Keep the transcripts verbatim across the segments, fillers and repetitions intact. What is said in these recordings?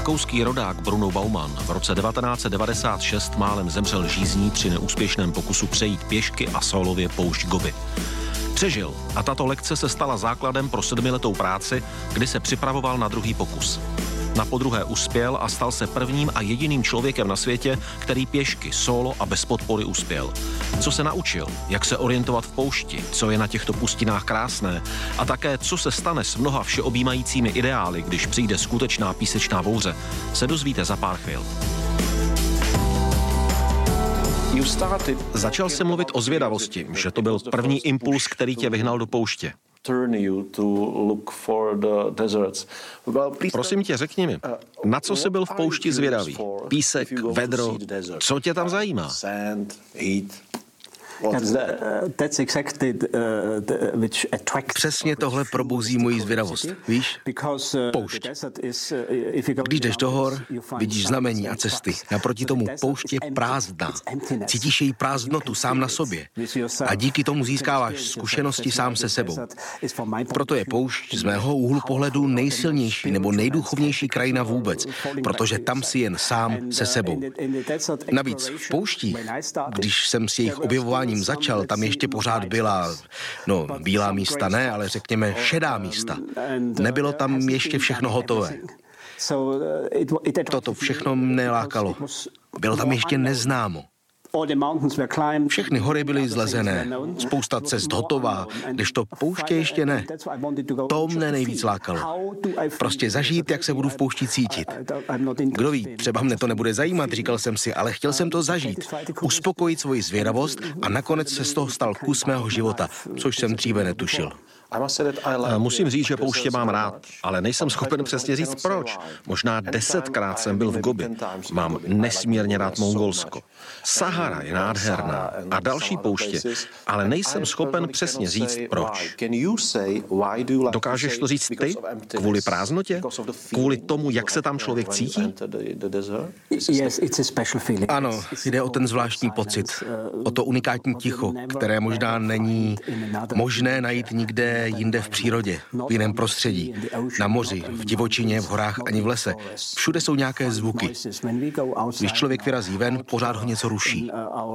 Rakouský rodák Bruno Baumann v roce devatenáct set devadesát šest málem zemřel žízní při neúspěšném pokusu přejít pěšky a solově poušť Gobi. Přežil a tato lekce se stala základem pro sedmiletou práci, kdy se připravoval na druhý pokus. Na podruhé uspěl a stal se prvním a jediným člověkem na světě, který pěšky, solo a bez podpory uspěl. Co se naučil, jak se orientovat v poušti, co je na těchto pustinách krásné a také co se stane s mnoha všeobjímajícími ideály, když přijde skutečná písečná bouře, se dozvíte za pár chvil. Začal jsem mluvit o zvědavosti, že to byl první impuls, který tě vyhnal do pouště. Prosím tě, řekni mi, na co jsi byl v poušti zvědavý? Písek, vedro, co tě tam zajímá? Přesně tohle probouzí moji zvědavost, víš? Poušť. Když jdeš do hor, vidíš znamení a cesty. Naproti tomu poušť je prázdná. Cítíš její prázdnotu sám na sobě. A díky tomu získáváš zkušenosti sám se sebou. Proto je poušť z mého úhlu pohledu nejsilnější nebo nejduchovnější krajina vůbec, protože tam si jen sám se sebou. Navíc v pouštích, když jsem s jejich objevováním začal, tam ještě pořád byla, no, bílá místa ne, ale řekněme šedá místa. Nebylo tam ještě všechno hotové. Toto všechno mne lákalo. Bylo tam ještě neznámo. Všechny hory byly zlezené, spousta cest hotová, kdežto pouště ještě ne. To mne nejvíc lákalo. Prostě zažít, jak se budu v poušti cítit. Kdo ví, třeba mne to nebude zajímat, říkal jsem si, ale chtěl jsem to zažít. Uspokojit svoji zvědavost a nakonec se z toho stal kus mého života, což jsem dříve netušil. Musím říct, že pouště mám rád, ale nejsem schopen přesně říct proč. Možná desetkrát jsem byl v Gobi. Mám nesmírně rád Mongolsko. Sahara je nádherná a další pouště, ale nejsem schopen přesně říct proč. Dokážeš to říct ty? Kvůli prázdnotě? Kvůli tomu, jak se tam člověk cítí? Ano, jde o ten zvláštní pocit, o to unikátní ticho, které možná není možné najít nikde jinde v přírodě, v jiném prostředí, na moři, v divočině, v horách ani v lese. Všude jsou nějaké zvuky. Když člověk vyrazí ven, pořád ho něco ruší.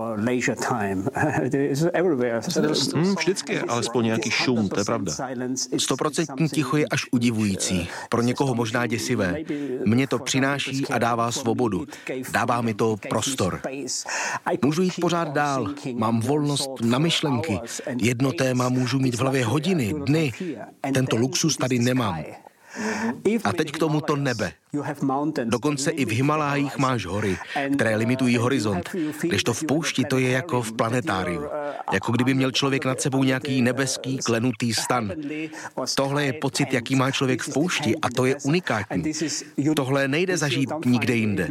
Hmm, vždycky je alespoň nějaký šum, to je pravda. Stoprocentní ticho je až udivující, pro někoho možná děsivé. Mně to přináší a dává svobodu. Dává mi to prostor. Můžu jít pořád dál, mám volnost na myšlenky. Jedno téma můžu mít v hlavě hodiny, dny. Tento luxus tady nemám. A teď k tomu to nebe. Dokonce i v Himalájích máš hory, které limitují horizont, kdežto v poušti to je jako v planetáriu. Jako kdyby měl člověk nad sebou nějaký nebeský klenutý stan. Tohle je pocit, jaký má člověk v poušti a to je unikátní. Tohle nejde zažít nikde jinde.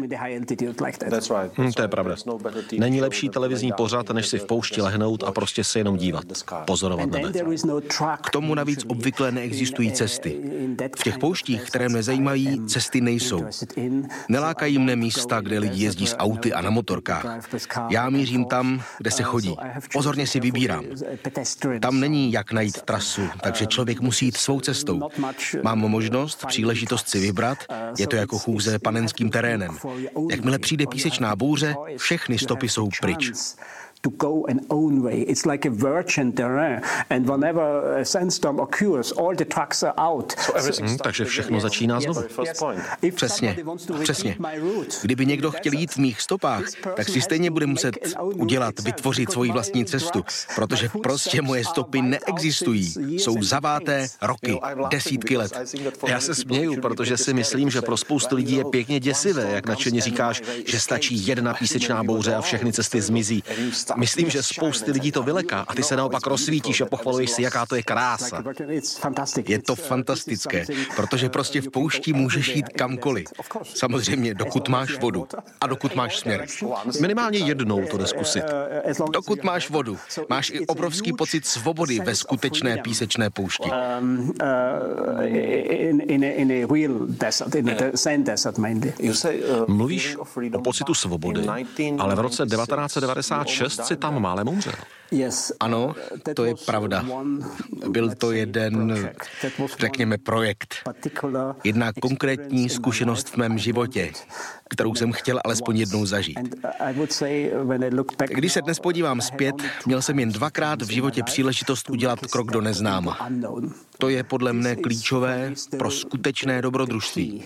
Hmm, to je pravda. Není lepší televizní pořad, než si v poušti lehnout a prostě se jenom dívat. Pozorovat nebe. K tomu navíc obvykle neexistují cesty. V těch pouštích, které mne zajímají, cesty nejsou. Nelákají mne místa, kde lidi jezdí s auty a na motorkách. Já mířím tam, kde se chodí. Pozorně si vybírám. Tam není jak najít trasu, takže člověk musí jít svou cestou. Mám možnost, příležitost si vybrat, je to jako chůze panenským terénem. Jakmile přijde písečná bouře, všechny stopy jsou pryč. To go an own way. It's like a virgin terrain, and whenever a sandstorm occurs, all the trucks are out. Hmm, takže všechno začíná znovu. Přesně, přesně. Kdyby někdo chtěl jít v mých stopách, tak si stejně bude muset udělat, vytvořit svoji vlastní cestu, protože prostě moje stopy neexistují. Jsou zaváté roky, desítky let. Já se směju, protože si myslím, že pro spoustu lidí je pěkně děsivé, jak nadšeně říkáš, že stačí jedna písečná bouře a všechny cesty zmizí. Myslím, že spousty lidí to vyleká a ty se naopak rozsvítíš a pochvaluješ si, jaká to je krása. Je to fantastické, protože prostě v poušti můžeš jít kamkoliv. Samozřejmě, dokud máš vodu a dokud máš směr. Minimálně jednou to jde zkusit. Dokud máš vodu, máš i obrovský pocit svobody ve skutečné písečné poušti. Mluvíš o pocitu svobody, ale v roce devatenáct set devadesát šest si tam málem umřel. Ano, to je pravda. Byl to jeden, řekněme, projekt. Jedna konkrétní zkušenost v mém životě, kterou jsem chtěl alespoň jednou zažít. Když se dnes podívám zpět, měl jsem jen dvakrát v životě příležitost udělat krok do neznáma. To je podle mne klíčové pro skutečné dobrodružství.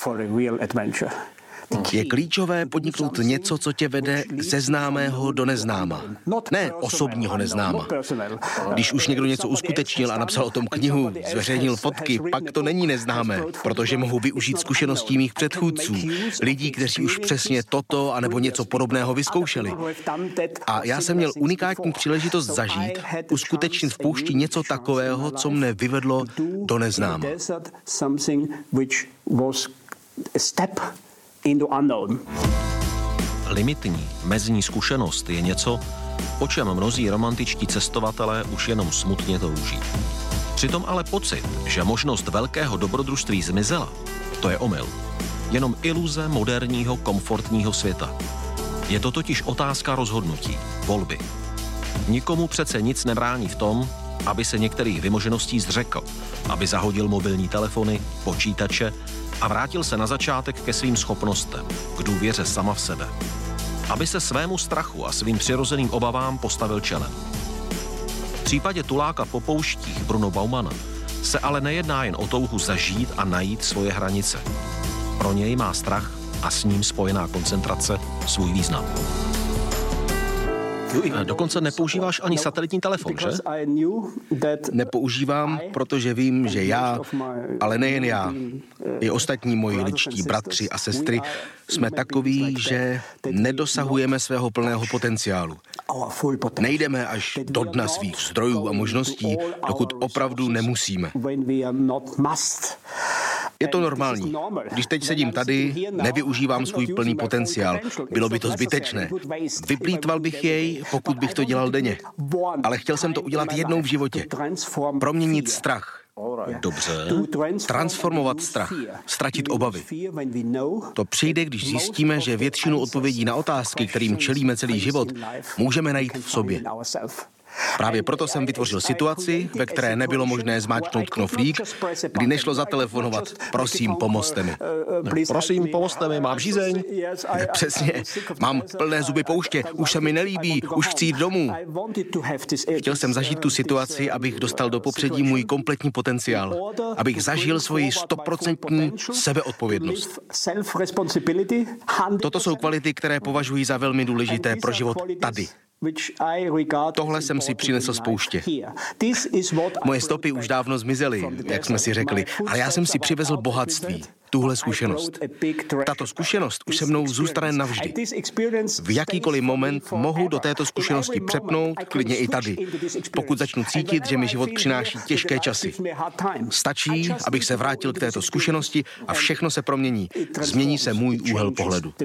Je klíčové podniknout něco, co tě vede ze známého do neznáma. Ne osobního neznáma. Když už někdo něco uskutečnil a napsal o tom knihu, zveřejnil fotky, pak to není neznámé, protože mohu využít zkušeností mých předchůdců, lidí, kteří už přesně toto anebo něco podobného vyzkoušeli. A já jsem měl unikátní příležitost zažít, uskutečnit v poušti něco takového, co mne vyvedlo do neznáma. Limitní, mezní zkušenost je něco, po čem mnozí romantičtí cestovatelé už jenom smutně touží. Přitom ale pocit, že možnost velkého dobrodružství zmizela, to je omyl. Jenom iluze moderního, komfortního světa. Je to totiž otázka rozhodnutí, volby. Nikomu přece nic nebrání v tom, aby se některých vymožeností zřekl, aby zahodil mobilní telefony, počítače a vrátil se na začátek ke svým schopnostem, k důvěře sama v sebe. Aby se svému strachu a svým přirozeným obavám postavil čelem. V případě tuláka po pouštích Bruno Baumana se ale nejedná jen o touhu zažít a najít svoje hranice. Pro něj má strach a s ním spojená koncentrace svůj význam. Dokonce nepoužíváš ani satelitní telefon, že? Nepoužívám, protože vím, že já, ale nejen já, i ostatní moji lidští bratři a sestry jsme takoví, že nedosahujeme svého plného potenciálu. Nejdeme až do dna svých zdrojů a možností, dokud opravdu nemusíme. Je to normální. Když teď sedím tady, nevyužívám svůj plný potenciál. Bylo by to zbytečné. Vyplýtval bych jej, pokud bych to dělal denně. Ale chtěl jsem to udělat jednou v životě. Proměnit strach. Dobře. Transformovat strach. Ztratit obavy. To přijde, když zjistíme, že většinu odpovědí na otázky, kterým čelíme celý život, můžeme najít v sobě. Právě proto jsem vytvořil situaci, ve které nebylo možné zmáčknout knoflík, kdy nešlo zatelefonovat. Prosím, pomozte mi. Prosím, pomozte mi, mám žízeň. Přesně, mám plné zuby pouště, už se mi nelíbí, už chci jít domů. Chtěl jsem zažít tu situaci, abych dostal do popředí můj kompletní potenciál, abych zažil svoji stoprocentní sebeodpovědnost. Toto jsou kvality, které považuji za velmi důležité pro život tady. Tohle jsem si přinesl z pouště. Moje stopy už dávno zmizely, jak jsme si řekli, ale já jsem si přivezl bohatství, tuhle zkušenost. Tato zkušenost už se mnou zůstane navždy. V jakýkoliv moment mohu do této zkušenosti přepnout, klidně i tady, pokud začnu cítit, že mi život přináší těžké časy. Stačí, abych se vrátil k této zkušenosti a všechno se promění. Změní se můj úhel pohledu.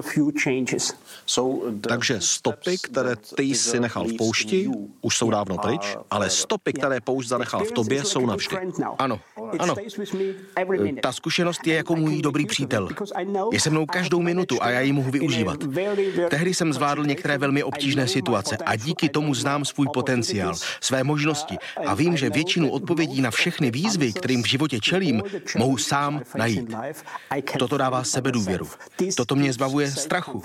Takže stopy, které ty jsi nechal v poušti, už jsou dávno pryč, ale stopy, které poušť zanechal v tobě, jsou navždy. Ano, ano. Ta zkušenost je jako můj dobrý přítel. Je se mnou každou minutu a já ji mohu využívat. Tehdy jsem zvládl některé velmi obtížné situace a díky tomu znám svůj potenciál, své možnosti a vím, že většinu odpovědí na všechny výzvy, kterým v životě čelím, mohu sám najít. Toto dává sebedůvěru. Toto mě zbavuje strachu.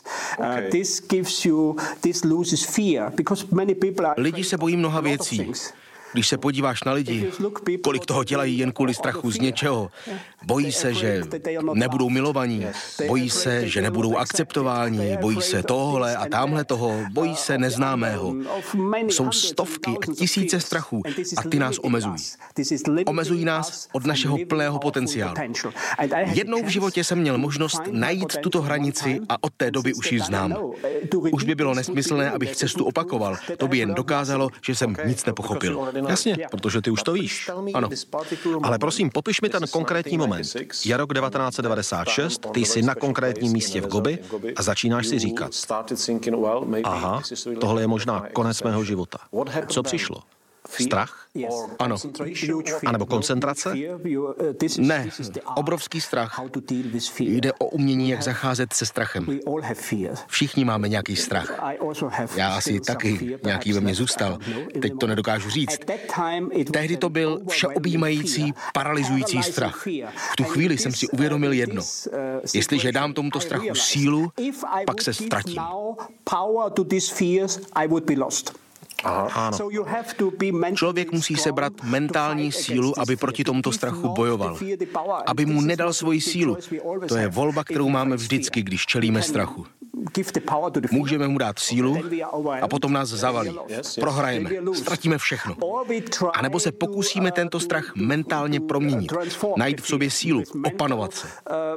Lidi se bojí mnoha věcí. Když se podíváš na lidi, kolik toho dělají jen kvůli strachu z něčeho. Bojí se, že nebudou milovaní, bojí se, že nebudou akceptováni, bojí se tohle a tamhle toho, bojí se neznámého. Jsou stovky a tisíce strachů a ty nás omezují. Omezují nás od našeho plného potenciálu. Jednou v životě jsem měl možnost najít tuto hranici a od té doby už ji znám. Už by bylo nesmyslné, abych cestu opakoval. To by jen dokázalo, že jsem nic nepochopil. Jasně, protože ty už to víš. Ano. Ale prosím, popiš mi ten konkrétní moment. Je rok devatenáct set devadesát šest, ty jsi na konkrétním místě v Gobi a začínáš si říkat: aha, tohle je možná konec mého života. Co přišlo? Strach? Ano. A nebo koncentrace? Ne, obrovský strach. Jde o umění, jak zacházet se strachem. Všichni máme nějaký strach. Já asi taky, nějaký ve mně zůstal. Teď to nedokážu říct. Tehdy to byl všeobjímající, paralyzující strach. V tu chvíli jsem si uvědomil jedno. Jestliže dám tomuto strachu sílu, pak se ztratím. Aha, ano. Člověk musí sebrat mentální sílu, aby proti tomuto strachu bojoval. Aby mu nedal svoji sílu. To je volba, kterou máme vždycky, když čelíme strachu. Můžeme mu dát sílu a potom nás zavalí. Prohrajeme, ztratíme všechno. A nebo se pokusíme tento strach mentálně proměnit. Najít v sobě sílu, opanovat se.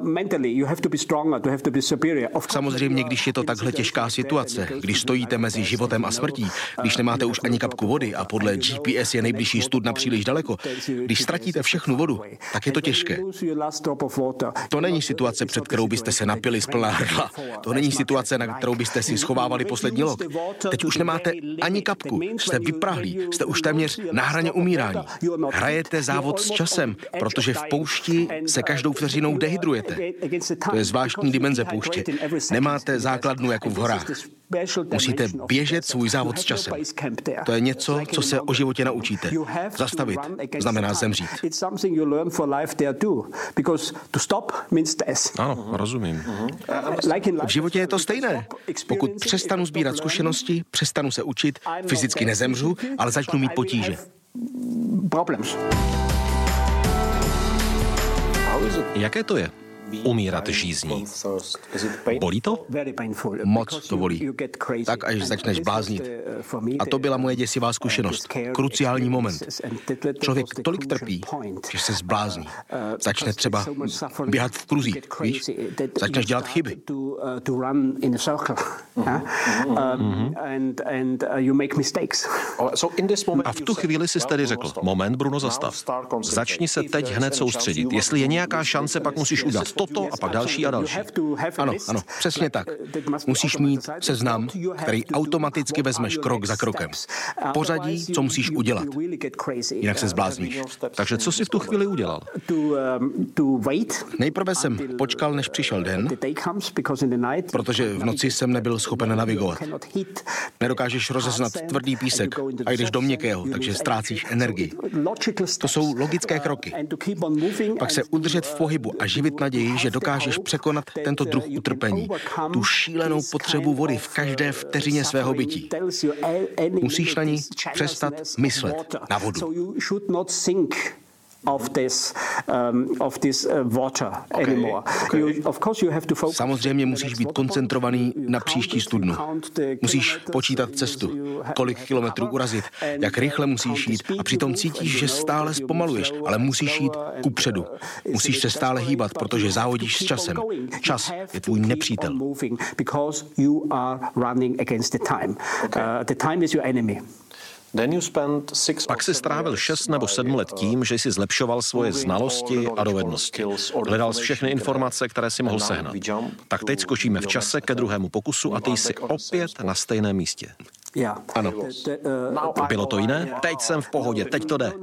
Samozřejmě, když je to takhle těžká situace, když stojíte mezi životem a smrtí, když nemáte už ani kapku vody a podle G P S je nejbližší studna příliš daleko, když ztratíte všechnu vodu, tak je to těžké. To není situace, před kterou byste se napili z plná hrdla. To není situace, na kterou byste si schovávali poslední lok. Teď už nemáte ani kapku, jste vyprahlí, jste už téměř na hraně umírání. Hrajete závod s časem, protože v poušti se každou vteřinou dehydrujete. To je zvláštní dimenze pouště. Nemáte základnu jako v horách. Musíte běžet svůj závod s časem. To je něco, co se o životě naučíte. Zastavit znamená zemřít. Ano, rozumím. V životě je to stejné. Pokud přestanu sbírat zkušenosti, přestanu se učit, fyzicky nezemřu, ale začnu mít potíže. Jaké to je? Umírat žízní. Bolí to? Moc to bolí. Tak, až začneš bláznit. A to byla moje děsivá zkušenost. Kruciální moment. Člověk tolik trpí, že se zblázní. Začne třeba běhat v kruzích, víš? Začneš dělat chyby. A v tu chvíli jsi tedy řekl, moment, Bruno, zastav. Začni se teď hned soustředit. Jestli je nějaká šance, pak musíš udělat toto a pak další a další. Ano, ano, přesně tak. Musíš mít seznam, který automaticky vezmeš krok za krokem. Pořadí, co musíš udělat. Jinak se zblázníš. Takže co jsi v tu chvíli udělal? Nejprve jsem počkal, než přišel den, protože v noci jsem nebyl schopen navigovat. Nedokážeš rozeznat tvrdý písek a jdeš do měkkého, takže ztrácíš energii. To jsou logické kroky. Pak se udržet v pohybu a živit naději, že dokážeš překonat tento druh utrpení, tu šílenou potřebu vody v každé vteřině svého bytí. Musíš na ní přestat myslet, na vodu. Of this, um, of this uh, water anymore. Okay. You, of course you have to focus. Samozřejmě musíš být koncentrovaný na příští studnu. Musíš počítat cestu, kolik kilometrů urazit, jak rychle musíš jít a přitom cítíš, že stále zpomaluješ, ale musíš jít kupředu. Musíš se stále hýbat, protože závodíš s časem. Čas je tvůj nepřítel. Pak si strávil šest nebo sedm let tím, že jsi zlepšoval svoje znalosti a dovednosti. Hledal jsi všechny informace, které si mohl sehnat. Tak teď skočíme v čase ke druhému pokusu a ty jsi opět na stejném místě. Ano. Bylo to jiné? Teď jsem v pohodě, teď to jde.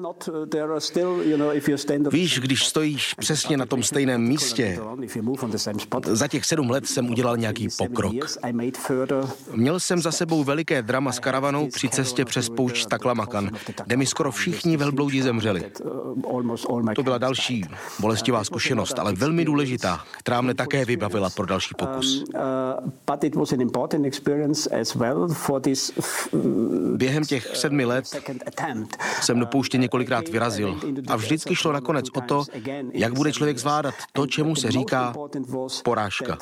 Víš, když stojíš přesně na tom stejném místě, za těch sedm let jsem udělal nějaký pokrok. Měl jsem za sebou veliké drama s karavanou při cestě přes poušť Taklamakan, kde mi skoro všichni velbloudi zemřeli. To byla další bolestivá zkušenost, ale velmi důležitá, která mne také vybavila pro další pokus. Během těch sedmi let jsem do pouště několikrát vyrazil a vždycky šlo nakonec o to, jak bude člověk zvládat to, čemu se říká porážka.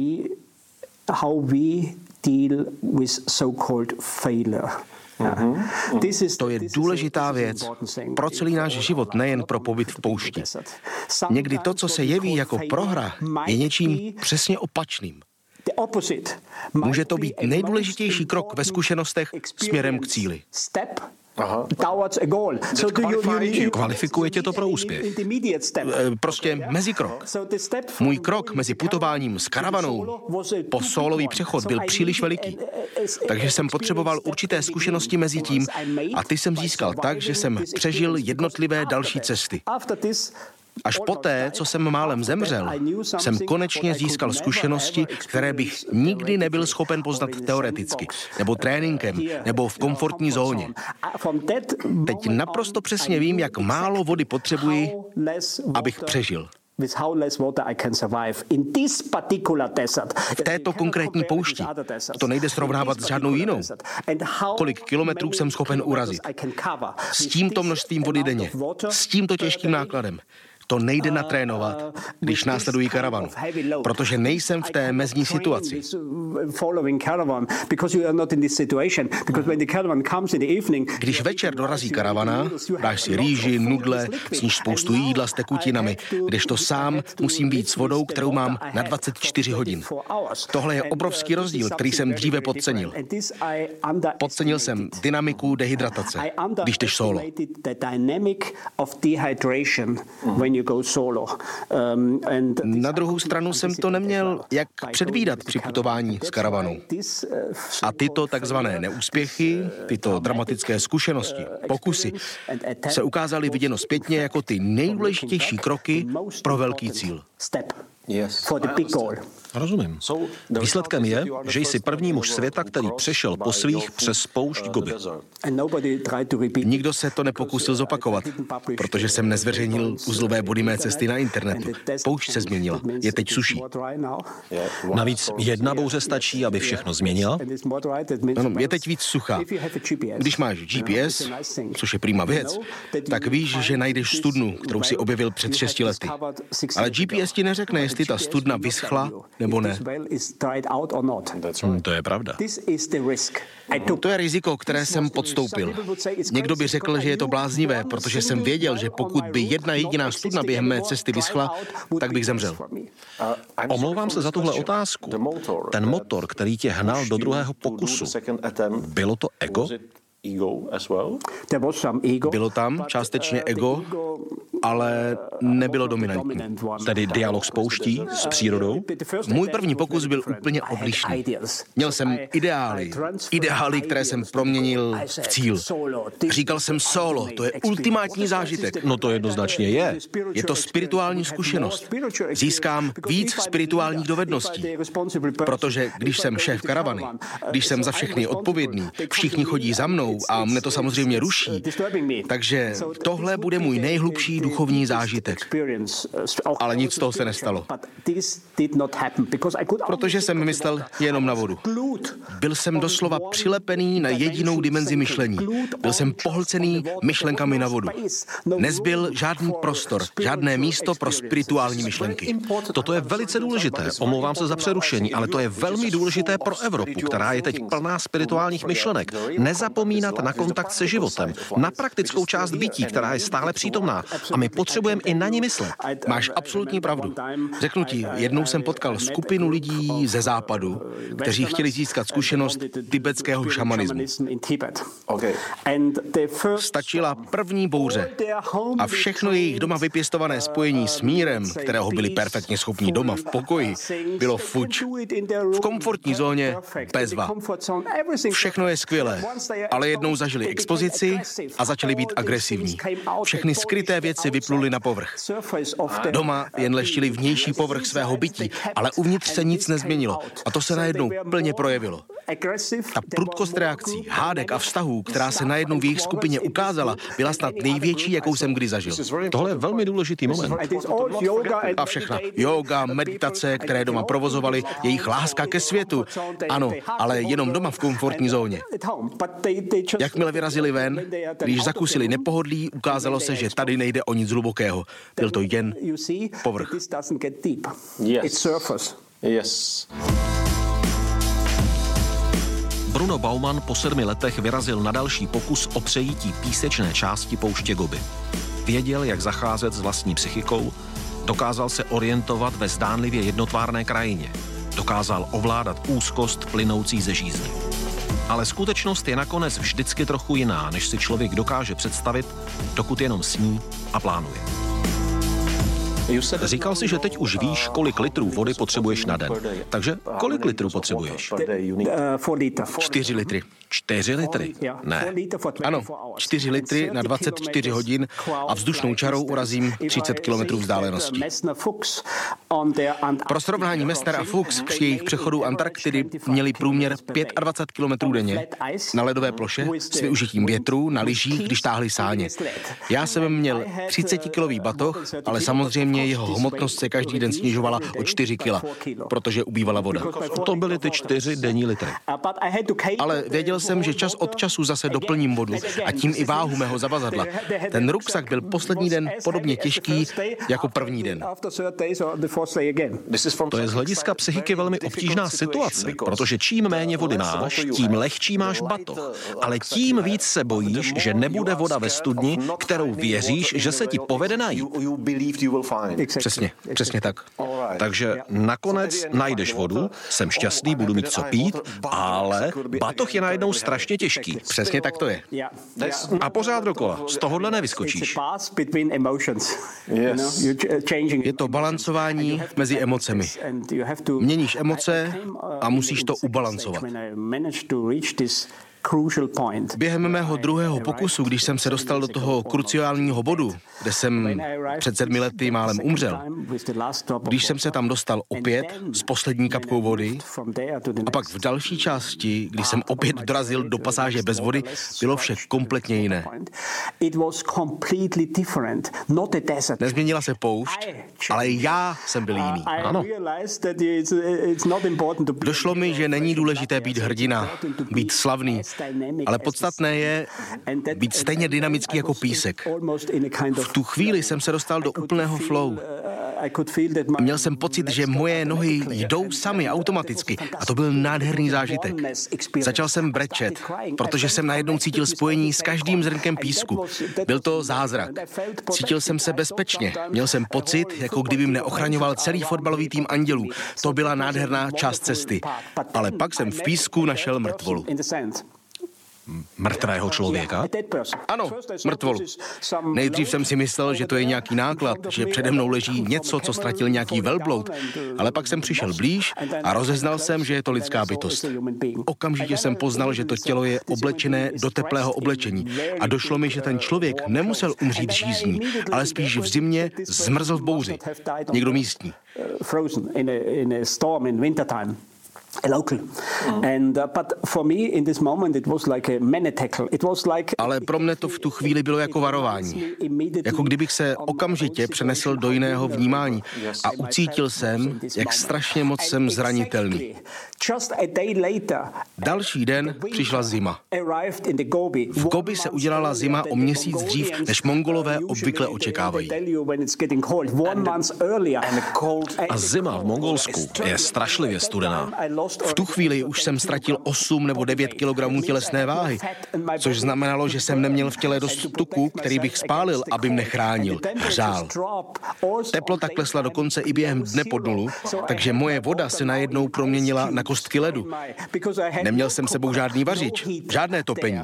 To je důležitá věc pro celý náš život, nejen pro pobyt v poušti. Někdy to, co se jeví jako prohra, je něčím přesně opačným. Může to být nejdůležitější krok ve zkušenostech směrem k cíli. Kvalifikuje tě to pro úspěch. Prostě mezikrok. Můj krok mezi putováním s karavanou po sólový přechod byl příliš veliký. Takže jsem potřeboval určité zkušenosti mezi tím a ty jsem získal tak, že jsem přežil jednotlivé další cesty. Až poté, co jsem málem zemřel, jsem konečně získal zkušenosti, které bych nikdy nebyl schopen poznat teoreticky, nebo tréninkem, nebo v komfortní zóně. Teď naprosto přesně vím, jak málo vody potřebuji, abych přežil. V této konkrétní poušti to nejde srovnávat s žádnou jinou. Kolik kilometrů jsem schopen urazit. S tímto množstvím vody denně, s tímto těžkým nákladem. To nejde natrénovat, když následují karavanu, protože nejsem v té mezní situaci. Když večer dorazí karavana, dáš si rýži, nudle, sníš spoustu jídla s tekutinami, kdežto sám musím být s vodou, kterou mám na dvacet čtyři hodin. Tohle je obrovský rozdíl, který jsem dříve podcenil. Podcenil jsem dynamiku dehydratace, když jdeš solo. Na druhou stranu jsem to neměl jak předvídat při putování s karavanou. A tyto takzvané neúspěchy, tyto dramatické zkušenosti, pokusy, se ukázaly viděno zpětně jako ty nejdůležitější kroky pro velký cíl. Rozumím. Výsledkem je, že jsi první muž světa, který přešel po svých přes poušť Gobi. Nikdo se to nepokusil zopakovat, protože jsem nezveřejnil uzlové body mé cesty na internetu. Poušť se změnila, je teď suší. Navíc jedna bouře stačí, aby všechno změnila? Ano, je teď víc suchá. Když máš G P S, což je prima věc, tak víš, že najdeš studnu, kterou si objevil před šesti lety. Ale G P S ti neřekne, jestli ta studna vyschla nebo ne. Hmm, to je pravda. To je riziko, které jsem podstoupil. Někdo by řekl, že je to bláznivé, protože jsem věděl, že pokud by jedna jediná studna během mé cesty vyschla, tak bych zemřel. Omlouvám se za tuhle otázku. Ten motor, který tě hnal do druhého pokusu, bylo to ego? Bylo tam částečně ego, ale nebylo dominantní. Tedy dialog s pouští, s přírodou? Můj první pokus byl úplně odlišný. Měl jsem ideály, ideály, které jsem proměnil v cíl. Říkal jsem solo, to je ultimátní zážitek. No to jednoznačně je. Je to spirituální zkušenost. Získám víc spirituálních dovedností, protože když jsem šéf karavany, když jsem za všechny odpovědný, všichni chodí za mnou a mne to samozřejmě ruší, takže tohle bude můj nejhlubší duchovní zážitek. Ale nic z toho se nestalo. Protože jsem myslel jenom na vodu. Byl jsem doslova přilepený na jedinou dimenzi myšlení. Byl jsem pohlcený myšlenkami na vodu. Nezbyl žádný prostor, žádné místo pro spirituální myšlenky. Toto je velice důležité. Omlouvám se za přerušení, ale to je velmi důležité pro Evropu, která je teď plná spirituálních myšlenek. Nezapomínat na kontakt se životem, na praktickou část bytí, která je stále přítomná. A my potřebujeme i na ní myslet. Máš absolutní pravdu. Řeknu ti, jednou jsem potkal skupinu lidí ze západu, kteří chtěli získat zkušenost tibetského šamanismu. Stačila první bouře a všechno jejich doma vypěstované spojení s mírem, kterého byli perfektně schopní doma v pokoji, bylo fuč. V komfortní zóně bezva. Všechno je skvělé, ale jednou zažili expozici a začali být agresivní. Všechny skryté věci vypluly na povrch. Doma jen leštili vnější povrch svého bytí, ale uvnitř se nic nezměnilo a to se najednou plně projevilo. Ta prudkost reakcí, hádek a vztahů, která se najednou v jejich skupině ukázala, byla snad největší, jakou jsem kdy zažil. Tohle je velmi důležitý moment. A všechna yoga, meditace, které doma provozovali, jejich láska ke světu. Ano, ale jenom doma v komfortní zóně. Jakmile vyrazili ven, když zakusili nepohodlí, ukázalo se, že tady nejde o nic hlubokého. Byl to jen povrch. Yes. Bruno Baumann po sedmi letech vyrazil na další pokus o přejítí písečné části pouště Gobi. Věděl, jak zacházet s vlastní psychikou, dokázal se orientovat ve zdánlivě jednotvárné krajině, dokázal ovládat úzkost plynoucí ze žízně. Ale skutečnost je nakonec vždycky trochu jiná, než si člověk dokáže představit, dokud jenom sní a plánuje. Říkal jsi, že teď už víš, kolik litrů vody potřebuješ na den. Takže kolik litrů potřebuješ? Čtyři litry. Čtyři litry? Ne. Ano, čtyři litry na dvacet čtyři hodin a vzdušnou čarou urazím třicet kilometrů vzdálenosti. Pro srovnání Messner a Fuchs při jejich přechodu Antarktidy měli průměr dvacet pět kilometrů denně na ledové ploše s využitím větru na lyžích, když táhli sáně. Já jsem měl třicetikilový batoh, ale samozřejmě jeho hmotnost se každý den snižovala o čtyři kila, protože ubývala voda. To byly ty čtyři denní litry. Ale věděl jsem, že čas od času zase doplním vodu a tím i váhu mého zavazadla. Ten ruksak byl poslední den podobně těžký jako první den. To je z hlediska psychiky velmi obtížná situace, protože čím méně vody máš, tím lehčí máš batoh. Ale tím víc se bojíš, že nebude voda ve studni, kterou věříš, že se ti povede najít. Přesně, přesně tak. Takže nakonec najdeš vodu, jsem šťastný, budu mít co pít, ale batoh je najednou strašně těžký. Přesně tak to je. A pořád dokola. Z tohohle nevyskočíš. Je to balancování mezi emocemi. Měníš emoce a musíš to ubalancovat. Během mého druhého pokusu, když jsem se dostal do toho kruciálního bodu, kde jsem před sedmi lety málem umřel, když jsem se tam dostal opět s poslední kapkou vody a pak v další části, když jsem opět dorazil do pasáže bez vody, bylo vše kompletně jiné. Nezměnila se poušť, ale já jsem byl jiný. Ano. Došlo mi, že není důležité být hrdina, být slavný, ale podstatné je být stejně dynamický jako písek. V tu chvíli jsem se dostal do úplného flow. Měl jsem pocit, že moje nohy jdou sami automaticky a to byl nádherný zážitek. Začal jsem brečet, protože jsem najednou cítil spojení s každým zrnkem písku. Byl to zázrak. Cítil jsem se bezpečně. Měl jsem pocit, jako kdyby mne ochraňoval celý fotbalový tým andělů. To byla nádherná část cesty. Ale pak jsem v písku našel mrtvolu. Mrtvého člověka? Ano, mrtvolu. Nejdřív jsem si myslel, že to je nějaký náklad, že přede mnou leží něco, co ztratil nějaký velbloud, ale pak jsem přišel blíž a rozeznal jsem, že je to lidská bytost. Okamžitě jsem poznal, že to tělo je oblečené do teplého oblečení a došlo mi, že ten člověk nemusel umřít žízní, ale spíš v zimě zmrzl v bouři. Někdo místní. Ale pro mne to v tu chvíli bylo jako varování. Jako kdybych se okamžitě přenesl do jiného vnímání a ucítil jsem, jak strašně moc jsem zranitelný. Další den přišla zima. V Gobi se udělala zima o měsíc dřív, než Mongolové obvykle očekávají. A zima v Mongolsku je strašlivě studená. V tu chvíli už jsem ztratil osm nebo devět kilogramů tělesné váhy, což znamenalo, že jsem neměl v těle dost tuku, který bych spálil, aby mne chránil. Hřál. Teplota klesla dokonce i během dne pod nulu, takže moje voda se najednou proměnila na kostky ledu. Neměl jsem sebou žádný vařič, žádné topení.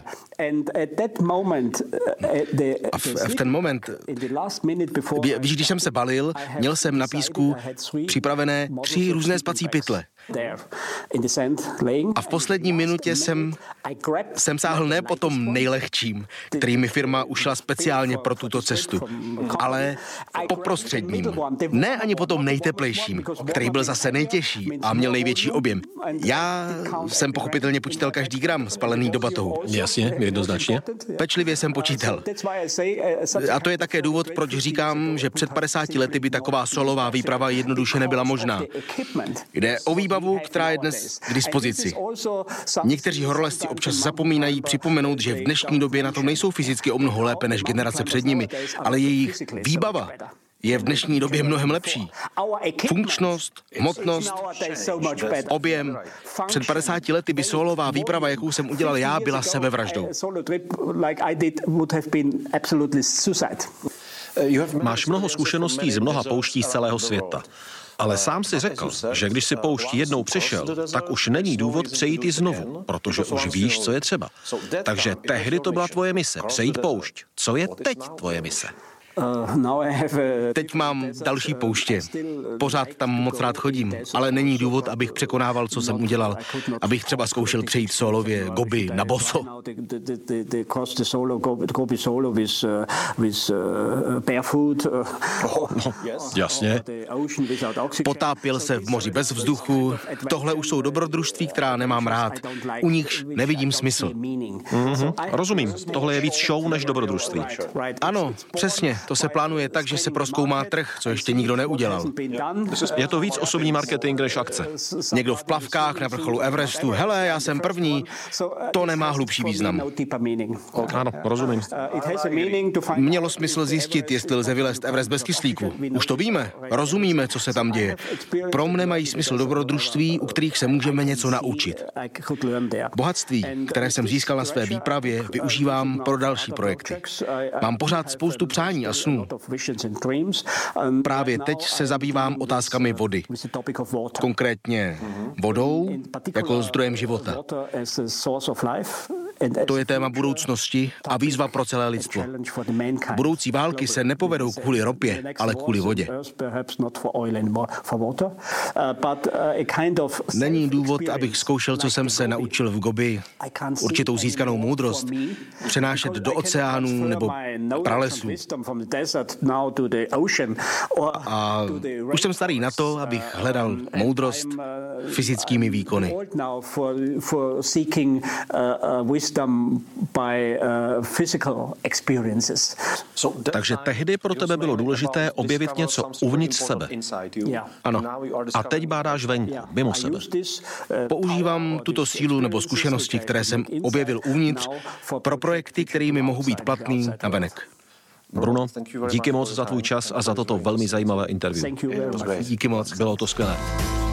A v, v ten moment, víš, když jsem se balil, měl jsem na písku připravené tři různé spací pytle. A v poslední minutě jsem, jsem sáhl ne po tom nejlehčím, který mi firma ušla speciálně pro tuto cestu, ale po prostředním. Ne ani po tom nejteplejším, který byl zase nejtěžší a měl největší objem. Já jsem pochopitelně počítal každý gram spalený do batohu. Jasně, jednoznačně. Pečlivě jsem počítal. A to je také důvod, proč říkám, že před padesáti lety by taková solová výprava jednoduše nebyla možná. Jde o výbavu, která je dnes k dispozici. Někteří horolezci občas zapomínají připomenout, že v dnešní době na tom nejsou fyzicky o mnoho lépe než generace před nimi, ale jejich výbava je v dnešní době mnohem lepší. Funkčnost, hmotnost, objem. Před padesáti lety by solová výprava, jakou jsem udělal já, byla sebevraždou. Máš mnoho zkušeností z mnoha pouští z celého světa. Ale sám si řekl, že když si poušť jednou přešel, tak už není důvod přejít ji znovu, protože už víš, co je třeba. Takže tehdy to byla tvoje mise, přejít poušť. Co je teď tvoje mise? Teď mám další pouště. Pořád tam moc rád chodím, ale není důvod, abych překonával, co jsem udělal. Abych třeba zkoušel přejít solově Gobi na boso. Jasně. Potápěl se v moři bez vzduchu. Tohle už jsou dobrodružství, která nemám rád. U nich nevidím smysl. Mm-hmm. Rozumím. Tohle je víc show než dobrodružství. Ano, přesně. To se plánuje tak, že se prozkoumá trh, co ještě nikdo neudělal. Je to víc osobní marketing než akce. Někdo v plavkách na vrcholu Everestu. Hele, já jsem první. To nemá hlubší význam. Ano, rozumím. Mělo smysl zjistit, jestli lze vylézt Everest bez kyslíku. Už to víme. Rozumíme, co se tam děje. Pro mne mají smysl dobrodružství, u kterých se můžeme něco naučit. Bohatství, které jsem získal na své výpravě, využívám pro další projekty. Mám pořád spoustu přání a snů. Právě teď se zabývám otázkami vody. Konkrétně vodou jako zdrojem života. To je téma budoucnosti a výzva pro celé lidstvo. Budoucí války se nepovedou kvůli ropě, ale kvůli vodě. Není důvod, abych zkoušel, co jsem se naučil v Gobi, určitou získanou moudrost, přenášet do oceánů nebo pralesů. A už jsem starý na to, abych hledal moudrost fyzickými výkony. Takže tehdy pro tebe bylo důležité objevit něco uvnitř sebe. Ano. A teď bádáš venku, mimo sebe. Používám tuto sílu nebo zkušenosti, které jsem objevil uvnitř, pro projekty, kterými mohu být platný navenek. Bruno, díky moc za tvůj čas a za toto velmi zajímavé interview. Díky moc. Bylo to skvělé.